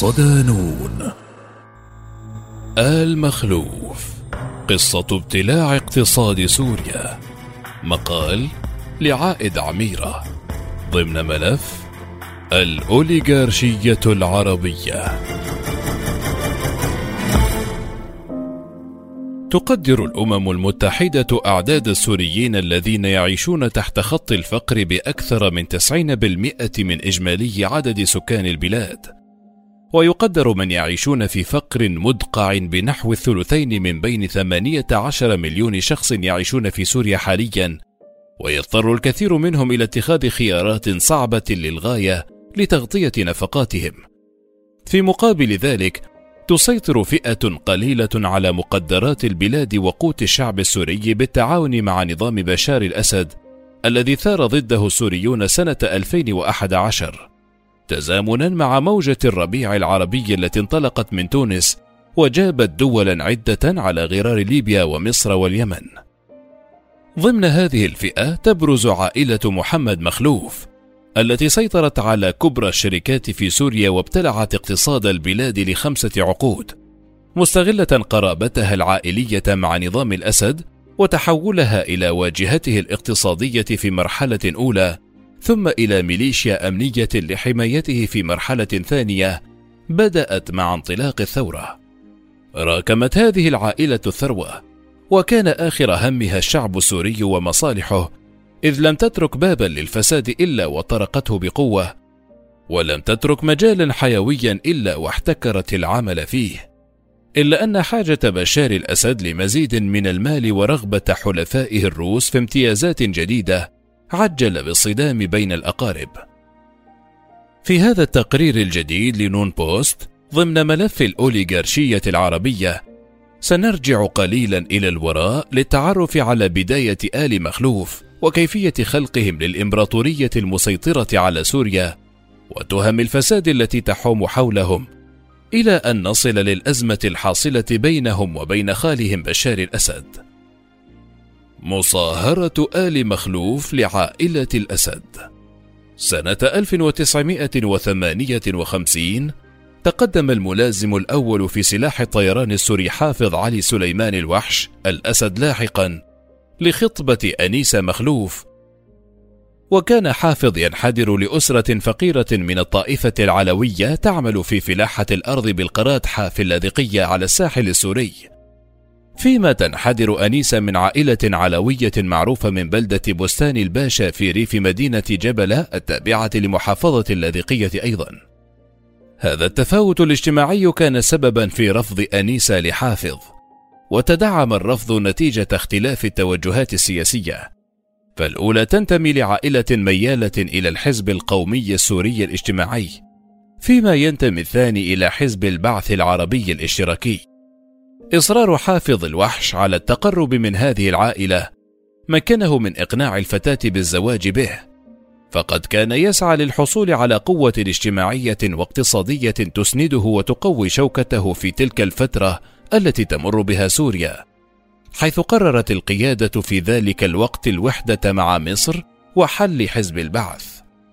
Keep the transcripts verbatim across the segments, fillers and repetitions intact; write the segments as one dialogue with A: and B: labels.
A: صدانون. آل مخلوف، قصة ابتلاع اقتصاد سوريا. مقال لعائد عميرة ضمن ملف الأوليغارشية العربية. تقدر الأمم المتحدة أعداد السوريين الذين يعيشون تحت خط الفقر بأكثر من تسعين بالمئة من إجمالي عدد سكان البلاد، ويقدر من يعيشون في فقر مدقع بنحو الثلثين من بين ثمانية عشر مليون شخص يعيشون في سوريا حاليا، ويضطر الكثير منهم إلى اتخاذ خيارات صعبة للغاية لتغطية نفقاتهم. في مقابل ذلك، تسيطر فئة قليلة على مقدرات البلاد وقوت الشعب السوري بالتعاون مع نظام بشار الأسد الذي ثار ضده السوريون سنة ألفين وأحد عشر، تزامنا مع موجة الربيع العربي التي انطلقت من تونس وجابت دولا عدة على غرار ليبيا ومصر واليمن. ضمن هذه الفئة تبرز عائلة محمد مخلوف التي سيطرت على كبرى الشركات في سوريا وابتلعت اقتصاد البلاد لخمسة عقود، مستغلة قرابتها العائلية مع نظام الأسد وتحولها إلى واجهته الاقتصادية في مرحلة أولى، ثم إلى ميليشيا أمنية لحمايته في مرحلة ثانية بدأت مع انطلاق الثورة. راكمت هذه العائلة الثروة، وكان آخر همها الشعب السوري ومصالحه، إذ لم تترك بابا للفساد إلا وطرقته بقوة، ولم تترك مجالا حيويا إلا واحتكرت العمل فيه. إلا أن حاجة بشار الأسد لمزيد من المال ورغبة حلفائه الروس في امتيازات جديدة عجل بالصدام بين الأقارب. في هذا التقرير الجديد لنون بوست ضمن ملف الأوليغارشية العربية، سنرجع قليلا إلى الوراء للتعرف على بداية آل مخلوف وكيفية خلقهم للإمبراطورية المسيطرة على سوريا وتهم الفساد التي تحوم حولهم، إلى أن نصل للأزمة الحاصلة بينهم وبين خالهم بشار الأسد. مصاهرة آل مخلوف لعائلة الأسد. سنة ألف وتسعمائة وثمانية وخمسين تقدم الملازم الأول في سلاح الطيران السوري حافظ علي سليمان الوحش الأسد لاحقا لخطبة أنيسة مخلوف، وكان حافظ ينحدر لأسرة فقيرة من الطائفة العلوية تعمل في فلاحة الأرض بالقرادحة في اللاذقية على الساحل السوري، فيما تنحدر أنيسة من عائلة علوية معروفة من بلدة بستان الباشا في ريف مدينة جبلة التابعة لمحافظة اللاذقية أيضا. هذا التفاوت الاجتماعي كان سببا في رفض أنيسة لحافظ، وتدعم الرفض نتيجة اختلاف التوجهات السياسية، فالأولى تنتمي لعائلة ميالة إلى الحزب القومي السوري الاجتماعي، فيما ينتمي الثاني إلى حزب البعث العربي الاشتراكي. إصرار حافظ الوحش على التقرب من هذه العائلة مكنه من إقناع الفتاة بالزواج به، فقد كان يسعى للحصول على قوة اجتماعية واقتصادية تسنده وتقوي شوكته في تلك الفترة التي تمر بها سوريا، حيث قررت القيادة في ذلك الوقت الوحدة مع مصر وحل حزب البعث.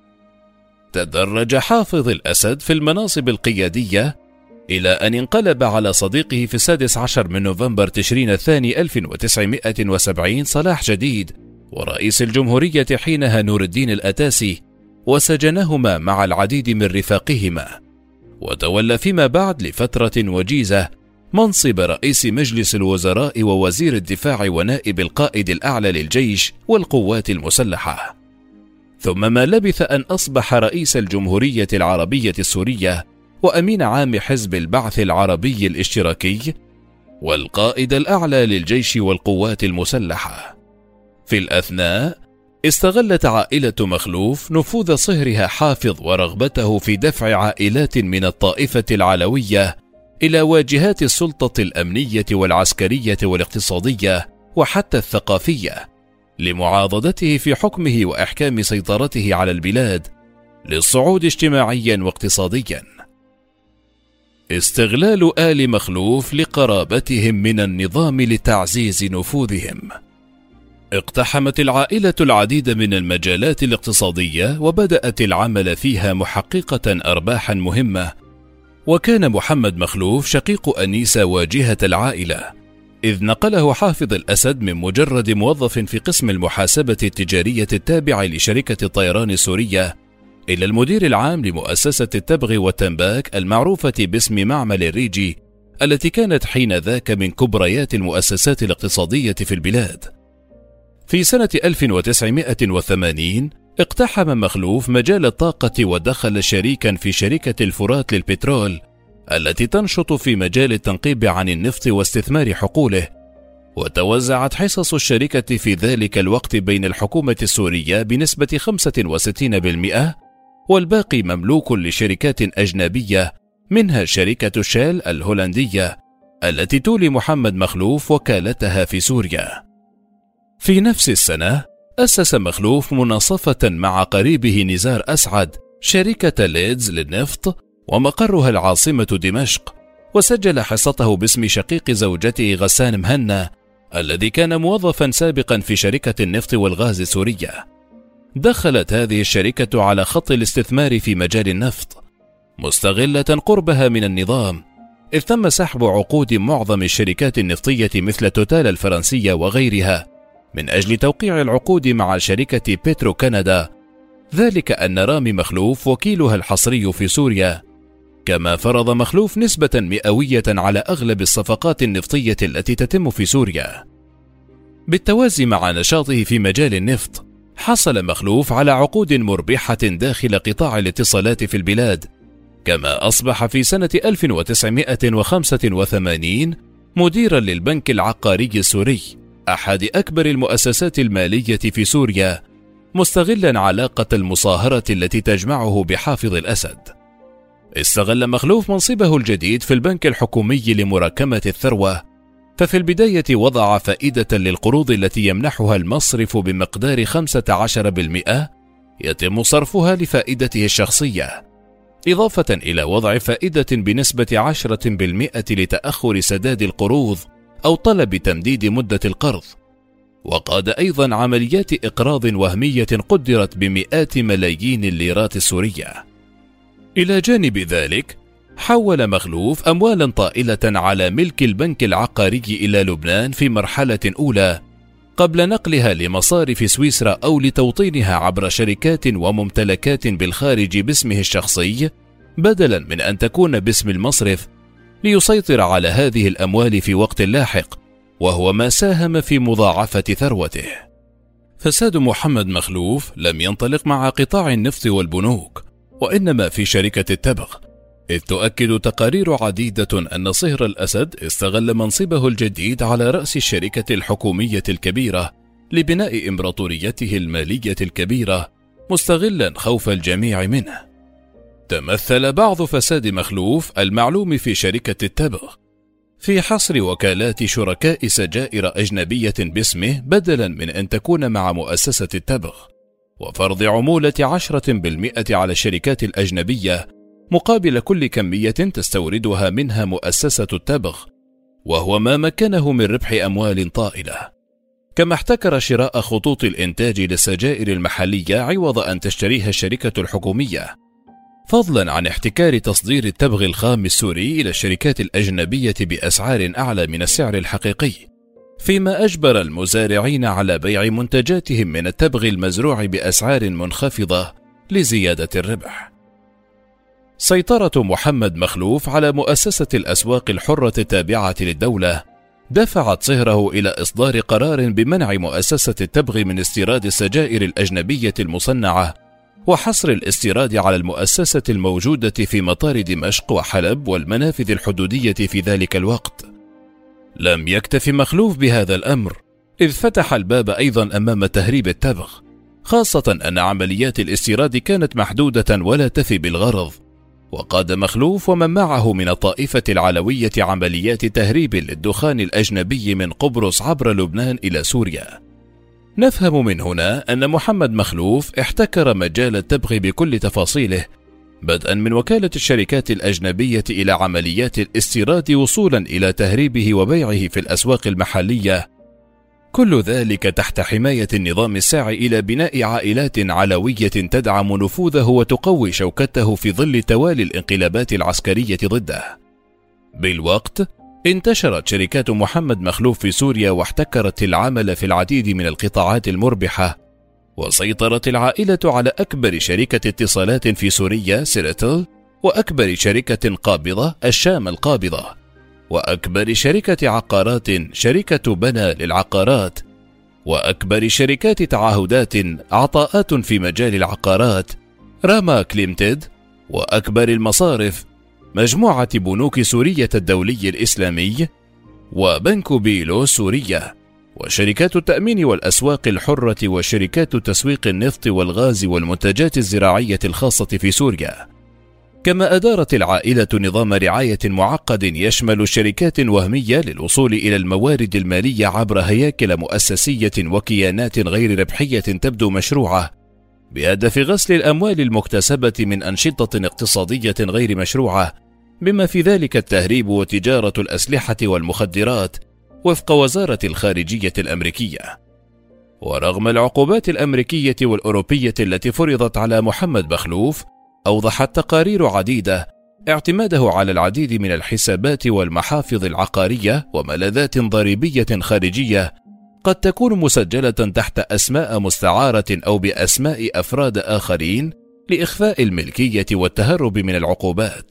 A: تدرج حافظ الأسد في المناصب القيادية إلى أن انقلب على صديقه في السادس عشر من نوفمبر تشرين الثاني ألف وتسعمائة وسبعين صلاح جديد ورئيس الجمهورية حينها نور الدين الأتاسي، وسجنهما مع العديد من رفاقهما، وتولى فيما بعد لفترة وجيزة منصب رئيس مجلس الوزراء ووزير الدفاع ونائب القائد الأعلى للجيش والقوات المسلحة، ثم ما لبث أن أصبح رئيس الجمهورية العربية السورية وأمين عام حزب البعث العربي الاشتراكي والقائد الأعلى للجيش والقوات المسلحة. في الأثناء استغلت عائلة مخلوف نفوذ صهرها حافظ ورغبته في دفع عائلات من الطائفة العلوية إلى واجهات السلطة الأمنية والعسكرية والاقتصادية وحتى الثقافية لمعاضدته في حكمه وإحكام سيطرته على البلاد للصعود اجتماعيا واقتصاديا. استغلال آل مخلوف لقرابتهم من النظام لتعزيز نفوذهم. اقتحمت العائلة العديد من المجالات الاقتصادية وبدأت العمل فيها محققة أرباحا مهمة، وكان محمد مخلوف شقيق أنيسة واجهة العائلة، إذ نقله حافظ الأسد من مجرد موظف في قسم المحاسبة التجارية التابع لشركة الطيران السورية إلى المدير العام لمؤسسة التبغ والتنباك المعروفة باسم معمل الريجي، التي كانت حين ذاك من كبريات المؤسسات الاقتصادية في البلاد. في سنة ألف وتسعمائة وثمانين اقتحم مخلوف مجال الطاقة ودخل شريكا في شركة الفرات للبترول التي تنشط في مجال التنقيب عن النفط واستثمار حقوله، وتوزعت حصص الشركة في ذلك الوقت بين الحكومة السورية بنسبة خمسة وستين بالمئة، والباقي مملوك لشركات أجنبية منها شركة شيل الهولندية التي تولي محمد مخلوف وكالتها في سوريا. في نفس السنة أسس مخلوف مناصفة مع قريبه نزار أسعد شركة ليدز للنفط ومقرها العاصمة دمشق، وسجل حصته باسم شقيق زوجته غسان مهنا الذي كان موظفا سابقا في شركة النفط والغاز السورية. دخلت هذه الشركة على خط الاستثمار في مجال النفط مستغلة قربها من النظام، إذ تم سحب عقود معظم الشركات النفطية مثل توتال الفرنسية وغيرها من أجل توقيع العقود مع شركة بيترو كندا، ذلك أن رامي مخلوف وكيلها الحصري في سوريا، كما فرض مخلوف نسبة مئوية على أغلب الصفقات النفطية التي تتم في سوريا. بالتوازي مع نشاطه في مجال النفط، حصل مخلوف على عقود مربحة داخل قطاع الاتصالات في البلاد، كما أصبح في سنة ألف وتسعمائة وخمسة وثمانين مديرا للبنك العقاري السوري، أحد أكبر المؤسسات المالية في سوريا، مستغلا علاقة المصاهرة التي تجمعه بحافظ الأسد. استغل مخلوف منصبه الجديد في البنك الحكومي لمراكمة الثروة، ففي البداية وضع فائدة للقروض التي يمنحها المصرف بمقدار خمسة عشر بالمئة يتم صرفها لفائدته الشخصية، إضافة إلى وضع فائدة بنسبة عشرة بالمئة لتأخر سداد القروض أو طلب تمديد مدة القرض. وقاد أيضا عمليات إقراض وهمية قدرت بمئات ملايين الليرات السورية. إلى جانب ذلك، حول مخلوف أموالا طائلة على ملك البنك العقاري إلى لبنان في مرحلة أولى، قبل نقلها لمصارف سويسرا أو لتوطينها عبر شركات وممتلكات بالخارج باسمه الشخصي بدلا من أن تكون باسم المصرف، ليسيطر على هذه الأموال في وقت لاحق، وهو ما ساهم في مضاعفة ثروته. فساد محمد مخلوف لم ينطلق مع قطاع النفط والبنوك، وإنما في شركة التبغ، إذ تؤكد تقارير عديدة أن صهر الأسد استغل منصبه الجديد على رأس الشركة الحكومية الكبيرة لبناء إمبراطوريته المالية الكبيرة، مستغلا خوف الجميع منه. تمثل بعض فساد مخلوف المعلوم في شركة التبغ في حصر وكالات شركاء سجائر أجنبية باسمه بدلا من أن تكون مع مؤسسة التبغ، وفرض عمولة عشرة بالمئة على الشركات الأجنبية مقابل كل كمية تستوردها منها مؤسسة التبغ، وهو ما مكنه من ربح أموال طائلة. كما احتكر شراء خطوط الإنتاج للسجائر المحلية عوض أن تشتريها الشركة الحكومية، فضلا عن احتكار تصدير التبغ الخام السوري إلى الشركات الأجنبية بأسعار أعلى من السعر الحقيقي، فيما أجبر المزارعين على بيع منتجاتهم من التبغ المزروع بأسعار منخفضة لزيادة الربح. سيطرة محمد مخلوف على مؤسسة الأسواق الحرة التابعة للدولة دفعت صهره إلى إصدار قرار بمنع مؤسسة التبغ من استيراد السجائر الأجنبية المصنعة، وحصر الاستيراد على المؤسسة الموجودة في مطار دمشق وحلب والمنافذ الحدودية في ذلك الوقت. لم يكتف مخلوف بهذا الأمر، إذ فتح الباب أيضا أمام تهريب التبغ، خاصة أن عمليات الاستيراد كانت محدودة ولا تفي بالغرض. وقاد مخلوف ومن معه من الطائفة العلوية عمليات تهريب للدخان الأجنبي من قبرص عبر لبنان إلى سوريا. نفهم من هنا أن محمد مخلوف احتكر مجال التبغ بكل تفاصيله، بدءا من وكالة الشركات الأجنبية إلى عمليات الاستيراد وصولا إلى تهريبه وبيعه في الأسواق المحلية، كل ذلك تحت حماية النظام الساعي إلى بناء عائلات علوية تدعم نفوذه وتقوي شوكته في ظل توالي الانقلابات العسكرية ضده. بالوقت انتشرت شركات محمد مخلوف في سوريا واحتكرت العمل في العديد من القطاعات المربحة، وسيطرت العائلة على أكبر شركة اتصالات في سوريا سيرتل، وأكبر شركة قابضة الشام القابضة، وأكبر شركة عقارات شركة بنا للعقارات، وأكبر شركات تعهدات عطاءات في مجال العقارات راماك ليمتد، وأكبر المصارف مجموعة بنوك سورية الدولي الإسلامي وبنك بيلو سوريا، وشركات التأمين والأسواق الحرة وشركات تسويق النفط والغاز والمنتجات الزراعية الخاصة في سوريا. كما أدارت العائلة نظام رعاية معقد يشمل شركات وهمية للوصول إلى الموارد المالية عبر هياكل مؤسسية وكيانات غير ربحية تبدو مشروعة، بهدف غسل الأموال المكتسبة من أنشطة اقتصادية غير مشروعة، بما في ذلك التهريب وتجارة الأسلحة والمخدرات وفق وزارة الخارجية الأمريكية. ورغم العقوبات الأمريكية والأوروبية التي فرضت على محمد مخلوف، أوضحت تقارير عديدة اعتماده على العديد من الحسابات والمحافظ العقارية وملاذات ضريبية خارجية قد تكون مسجلة تحت أسماء مستعارة أو بأسماء أفراد آخرين لإخفاء الملكية والتهرب من العقوبات.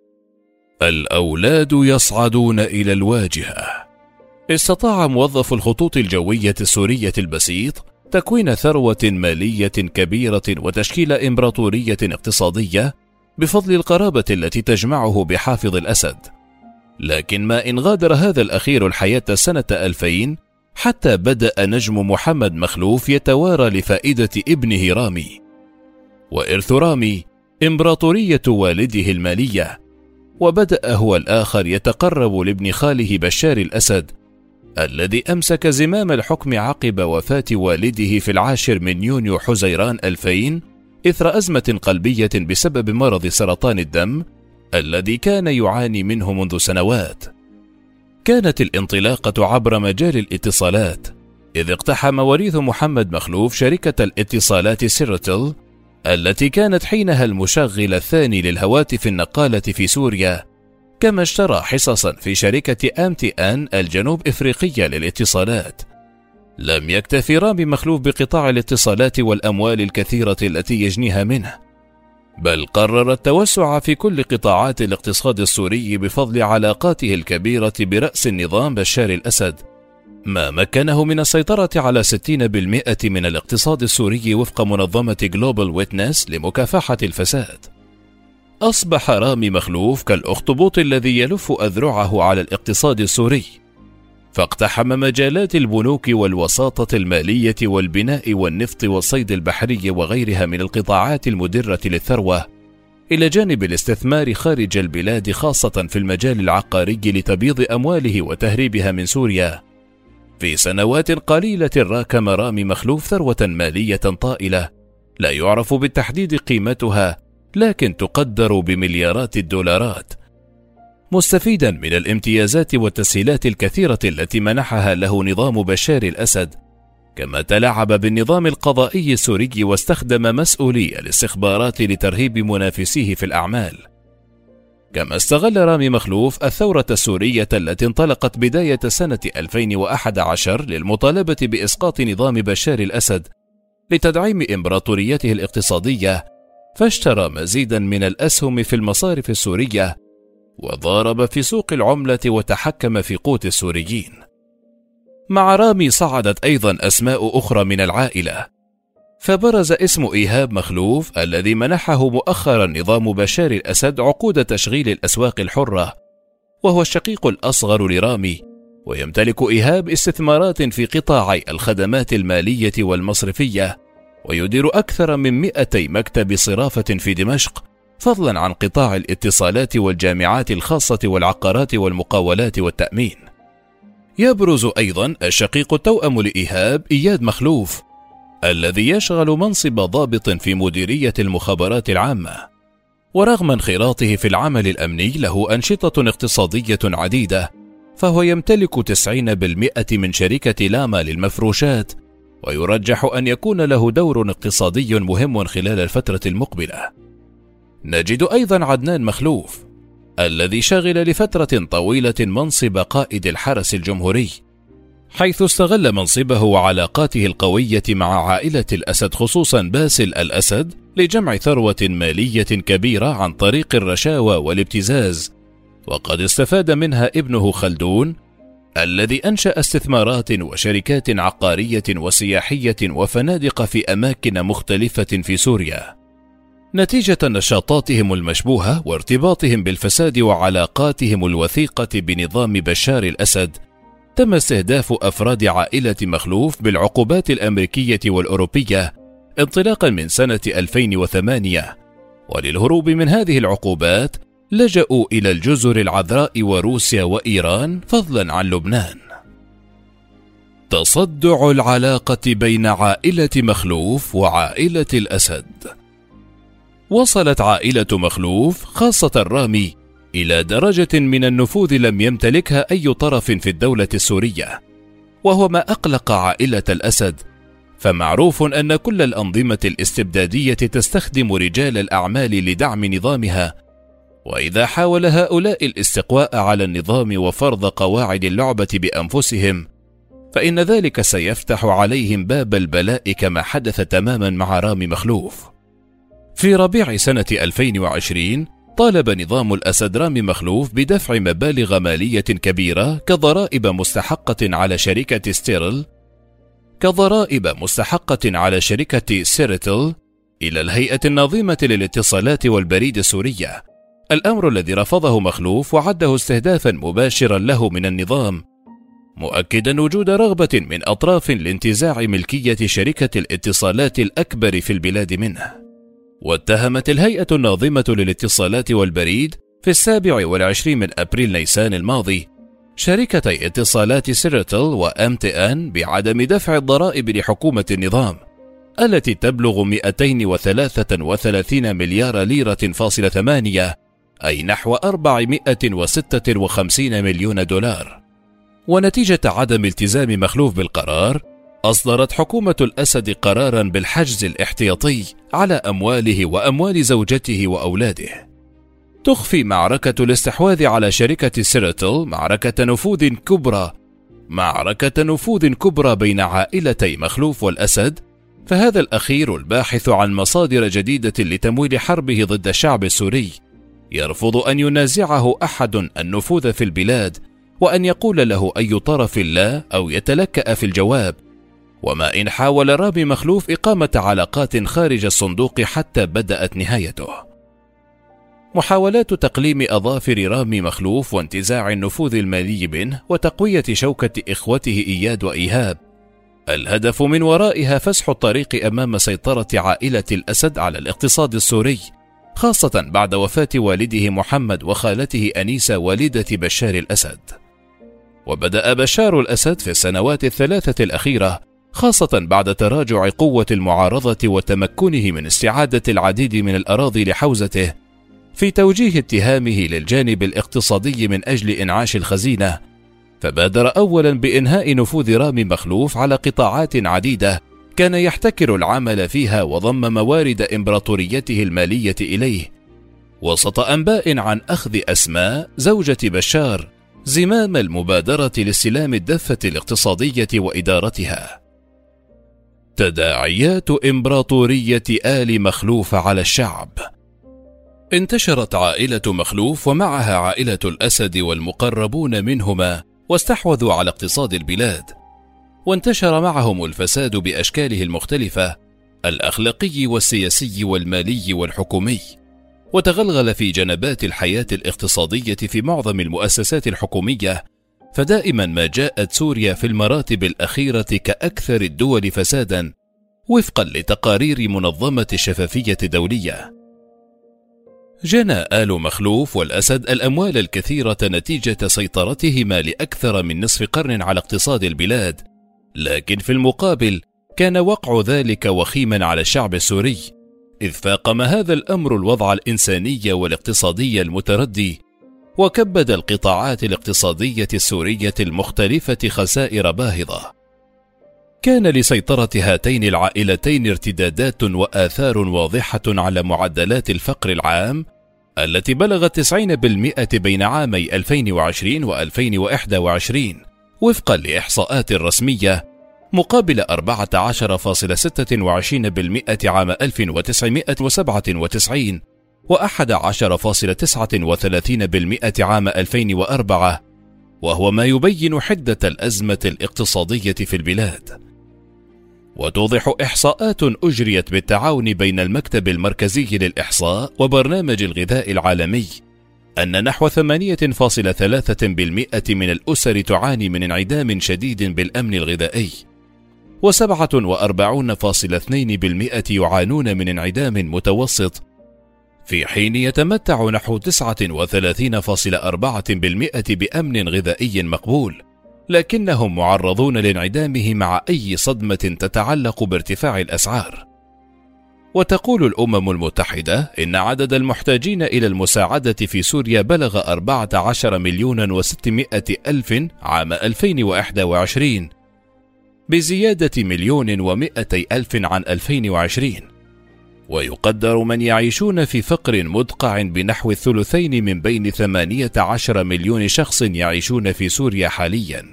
A: الأولاد يصعدون إلى الواجهة. استطاع موظف الخطوط الجوية السورية البسيط تكوين ثروة مالية كبيرة وتشكيل إمبراطورية اقتصادية بفضل القرابة التي تجمعه بحافظ الأسد، لكن ما إن غادر هذا الأخير الحياة سنة ألفين حتى بدأ نجم محمد مخلوف يتوارى لفائدة ابنه رامي. وإرث رامي إمبراطورية والده المالية، وبدأ هو الآخر يتقرب لابن خاله بشار الأسد الذي أمسك زمام الحكم عقب وفاة والده في العاشر من يونيو حزيران ألفين إثر أزمة قلبية بسبب مرض سرطان الدم الذي كان يعاني منه منذ سنوات. كانت الانطلاقة عبر مجال الاتصالات، إذ اقتحم وريث محمد مخلوف شركة الاتصالات سيرتل التي كانت حينها المشغل الثاني للهواتف النقالة في سوريا، كما اشترى حصصا في شركة أم تي أن الجنوب إفريقية للاتصالات. لم يكتفي رامي مخلوف بقطاع الاتصالات والأموال الكثيرة التي يجنيها منه، بل قرر التوسع في كل قطاعات الاقتصاد السوري بفضل علاقاته الكبيرة برأس النظام بشار الأسد، ما مكنه من السيطرة على ستين بالمئة من الاقتصاد السوري وفق منظمة جلوبال ويتنس لمكافحة الفساد. أصبح رامي مخلوف كالأخطبوط الذي يلف أذرعه على الاقتصاد السوري، فاقتحم مجالات البنوك والوساطة المالية والبناء والنفط والصيد البحري وغيرها من القطاعات المدرة للثروة، إلى جانب الاستثمار خارج البلاد خاصة في المجال العقاري لتبييض أمواله وتهريبها من سوريا. في سنوات قليلة راكم رامي مخلوف ثروة مالية طائلة لا يعرف بالتحديد قيمتها، لكن تقدر بمليارات الدولارات، مستفيدا من الامتيازات والتسهيلات الكثيرة التي منحها له نظام بشار الأسد، كما تلاعب بالنظام القضائي السوري واستخدم مسؤولي الاستخبارات لترهيب منافسيه في الأعمال. كما استغل رامي مخلوف الثورة السورية التي انطلقت بداية سنة ألفين وأحد عشر للمطالبة بإسقاط نظام بشار الأسد لتدعيم إمبراطوريته الاقتصادية، فاشترى مزيدا من الأسهم في المصارف السورية وضارب في سوق العملة وتحكم في قوت السوريين. مع رامي صعدت أيضا أسماء أخرى من العائلة، فبرز اسم إيهاب مخلوف الذي منحه مؤخرا نظام بشار الأسد عقود تشغيل الأسواق الحرة، وهو الشقيق الأصغر لرامي، ويمتلك إيهاب استثمارات في قطاعي الخدمات المالية والمصرفية، ويدير أكثر من مئتي مكتب صرافة في دمشق، فضلا عن قطاع الاتصالات والجامعات الخاصة والعقارات والمقاولات والتأمين. يبرز أيضا الشقيق التوأم لإيهاب إياد مخلوف الذي يشغل منصب ضابط في مديرية المخابرات العامة، ورغم انخراطه في العمل الأمني له أنشطة اقتصادية عديدة، فهو يمتلك تسعين بالمئة من شركة لاما للمفروشات، ويرجح أن يكون له دور اقتصادي مهم خلال الفترة المقبلة. نجد أيضا عدنان مخلوف الذي شغل لفترة طويلة منصب قائد الحرس الجمهوري، حيث استغل منصبه وعلاقاته القوية مع عائلة الأسد خصوصا باسل الأسد لجمع ثروة مالية كبيرة عن طريق الرشاوى والابتزاز، وقد استفاد منها ابنه خلدون الذي أنشأ استثمارات وشركات عقارية وسياحية وفنادق في أماكن مختلفة في سوريا. نتيجة نشاطاتهم المشبوهة وارتباطهم بالفساد وعلاقاتهم الوثيقة بنظام بشار الأسد، تم استهداف أفراد عائلة مخلوف بالعقوبات الأمريكية والأوروبية انطلاقا من سنة ألفين وثمانية، وللهروب من هذه العقوبات لجأوا إلى الجزر العذراء وروسيا وإيران فضلا عن لبنان. تصدع العلاقة بين عائلة مخلوف وعائلة الأسد. وصلت عائلة مخلوف خاصة رامي إلى درجة من النفوذ لم يمتلكها أي طرف في الدولة السورية، وهو ما أقلق عائلة الأسد، فمعروف أن كل الأنظمة الاستبدادية تستخدم رجال الأعمال لدعم نظامها، وإذا حاول هؤلاء الاستقواء على النظام وفرض قواعد اللعبة بأنفسهم، فإن ذلك سيفتح عليهم باب البلاء كما حدث تماما مع رامي مخلوف. في ربيع سنة ألفين وعشرين طالب نظام الأسد رامي مخلوف بدفع مبالغ مالية كبيرة كضرائب مستحقة على شركة ستيرل كضرائب مستحقة على شركة سيرتل إلى الهيئة النظيمة للاتصالات والبريد السورية، الأمر الذي رفضه مخلوف وعده استهدافا مباشرا له من النظام، مؤكدا وجود رغبة من أطراف لانتزاع ملكية شركة الاتصالات الأكبر في البلاد منه. واتهمت الهيئة الناظمة للاتصالات والبريد في السابع والعشرين من أبريل نيسان الماضي شركتي اتصالات سيرتل وام تي ان بعدم دفع الضرائب لحكومة النظام التي تبلغ مئتين وثلاثة وثلاثين مليار ليرة فاصلة ثمانية، أي نحو أربعمئة وستة وخمسين مليون دولار. ونتيجة عدم التزام مخلوف بالقرار، أصدرت حكومة الأسد قرارا بالحجز الاحتياطي على أمواله وأموال زوجته وأولاده. تخفي معركة الاستحواذ على شركة سيرتل معركة نفوذ كبرى معركة نفوذ كبرى بين عائلتي مخلوف والأسد، فهذا الأخير الباحث عن مصادر جديدة لتمويل حربه ضد الشعب السوري يرفض أن ينازعه أحد النفوذ في البلاد وأن يقول له أي طرف لا أو يتلكأ في الجواب، وما إن حاول رامي مخلوف إقامة علاقات خارج الصندوق حتى بدأت نهايته. محاولات تقليم أظافر رامي مخلوف وانتزاع النفوذ المالي منه وتقوية شوكة إخوته إياد وإيهاب، الهدف من ورائها فسح الطريق أمام سيطرة عائلة الأسد على الاقتصاد السوري، خاصة بعد وفاة والده محمد وخالته أنيسة والدة بشار الأسد. وبدأ بشار الأسد في السنوات الثلاثة الأخيرة، خاصة بعد تراجع قوة المعارضة وتمكنه من استعادة العديد من الأراضي لحوزته، في توجيه اتهامه للجانب الاقتصادي من أجل إنعاش الخزينة، فبادر أولا بإنهاء نفوذ رامي مخلوف على قطاعات عديدة كان يحتكر العمل فيها وضم موارد إمبراطوريته المالية إليه، وسط أنباء عن أخذ أسماء زوجة بشار زمام المبادرة لاستلام الدفة الاقتصادية وإدارتها. تداعيات إمبراطورية آل مخلوف على الشعب. انتشرت عائلة مخلوف ومعها عائلة الأسد والمقربون منهما واستحوذوا على اقتصاد البلاد، وانتشر معهم الفساد بأشكاله المختلفة الأخلاقي والسياسي والمالي والحكومي، وتغلغل في جنبات الحياة الاقتصادية في معظم المؤسسات الحكومية، فدائما ما جاءت سوريا في المراتب الأخيرة كأكثر الدول فسادا وفقا لتقارير منظمة الشفافية الدولية. جنى آل مخلوف والأسد الأموال الكثيرة نتيجة سيطرتهما لأكثر من نصف قرن على اقتصاد البلاد، لكن في المقابل كان وقع ذلك وخيما على الشعب السوري، إذ فاقم هذا الأمر الوضع الإنساني والاقتصادي المتردي، وكبد القطاعات الاقتصادية السورية المختلفة خسائر باهظة. كان لسيطرة هاتين العائلتين ارتدادات وآثار واضحة على معدلات الفقر العام التي بلغت تسعين بالمئة بين عامي ألفين وعشرين وألفين وإحدى وعشرين وفقا لإحصاءات رسمية، مقابل أربعة عشر فاصلة ستة وعشرين بالمئة عام ألف وتسعمئة وسبعة وتسعين وأحد عشر فاصلة تسعة وثلاثين بالمئة عام ألفين وأربعة، وهو ما يبين حدة الأزمة الاقتصادية في البلاد. وتوضح إحصاءات أجريت بالتعاون بين المكتب المركزي للإحصاء وبرنامج الغذاء العالمي أن نحو ثمانية فاصلة ثلاثة بالمئة من الأسر تعاني من انعدام شديد بالأمن الغذائي، وسبعة وأربعين فاصلة اثنين بالمئة يعانون من انعدام متوسط، في حين يتمتع نحو تسعة وثلاثين فاصلة أربعة بالمئة بأمن غذائي مقبول، لكنهم معرضون لانعدامه مع أي صدمة تتعلق بارتفاع الأسعار. وتقول الأمم المتحدة إن عدد المحتاجين إلى المساعدة في سوريا بلغ أربعة عشر مليون وستمائة ألف عام ألفين وإحدى وعشرين، بزيادة مليون ومائتي ألف عن ألفين وعشرين. ويقدر من يعيشون في فقر مدقع بنحو الثلثين من بين ثمانية عشر مليون شخص يعيشون في سوريا حاليا.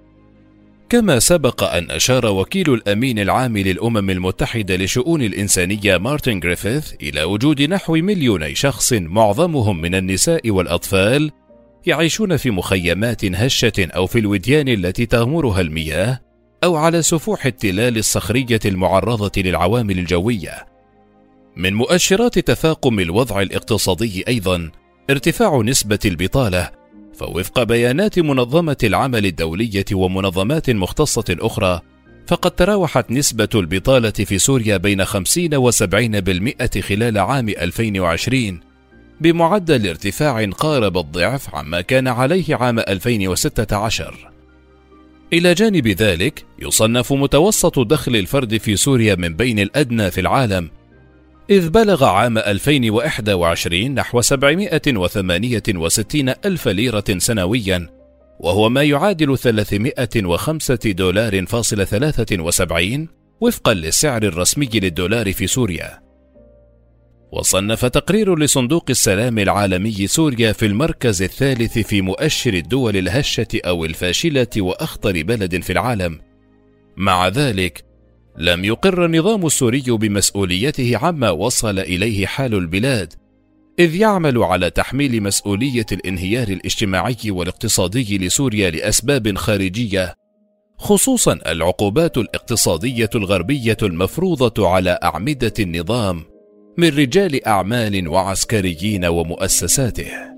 A: كما سبق أن أشار وكيل الأمين العام للأمم المتحدة لشؤون الإنسانية مارتن غريفيث إلى وجود نحو مليوني شخص معظمهم من النساء والأطفال يعيشون في مخيمات هشة أو في الوديان التي تغمرها المياه أو على سفوح التلال الصخرية المعرضة للعوامل الجوية. من مؤشرات تفاقم الوضع الاقتصادي أيضا ارتفاع نسبة البطالة، فوفق بيانات منظمة العمل الدولية ومنظمات مختصة أخرى، فقد تراوحت نسبة البطالة في سوريا بين خمسين وسبعين بالمئة خلال عام ألفين وعشرين، بمعدل ارتفاع قارب الضعف عما كان عليه عام ألفين وستة عشر. إلى جانب ذلك، يصنف متوسط دخل الفرد في سوريا من بين الأدنى في العالم، إذ بلغ عام ألفين وإحدى وعشرين نحو سبعمائة وثمانية وستين ألف ليرة سنويا، وهو ما يعادل ثلاثمائة وخمسة دولار فاصلة ثلاثة وسبعين وفقا للسعر الرسمي للدولار في سوريا. وصنف تقرير لصندوق السلام العالمي سوريا في المركز الثالث في مؤشر الدول الهشة أو الفاشلة وأخطر بلد في العالم. مع ذلك، لم يقر النظام السوري بمسؤوليته عما وصل إليه حال البلاد، إذ يعمل على تحميل مسؤولية الانهيار الاجتماعي والاقتصادي لسوريا لأسباب خارجية، خصوصا العقوبات الاقتصادية الغربية المفروضة على أعمدة النظام من رجال أعمال وعسكريين ومؤسساته.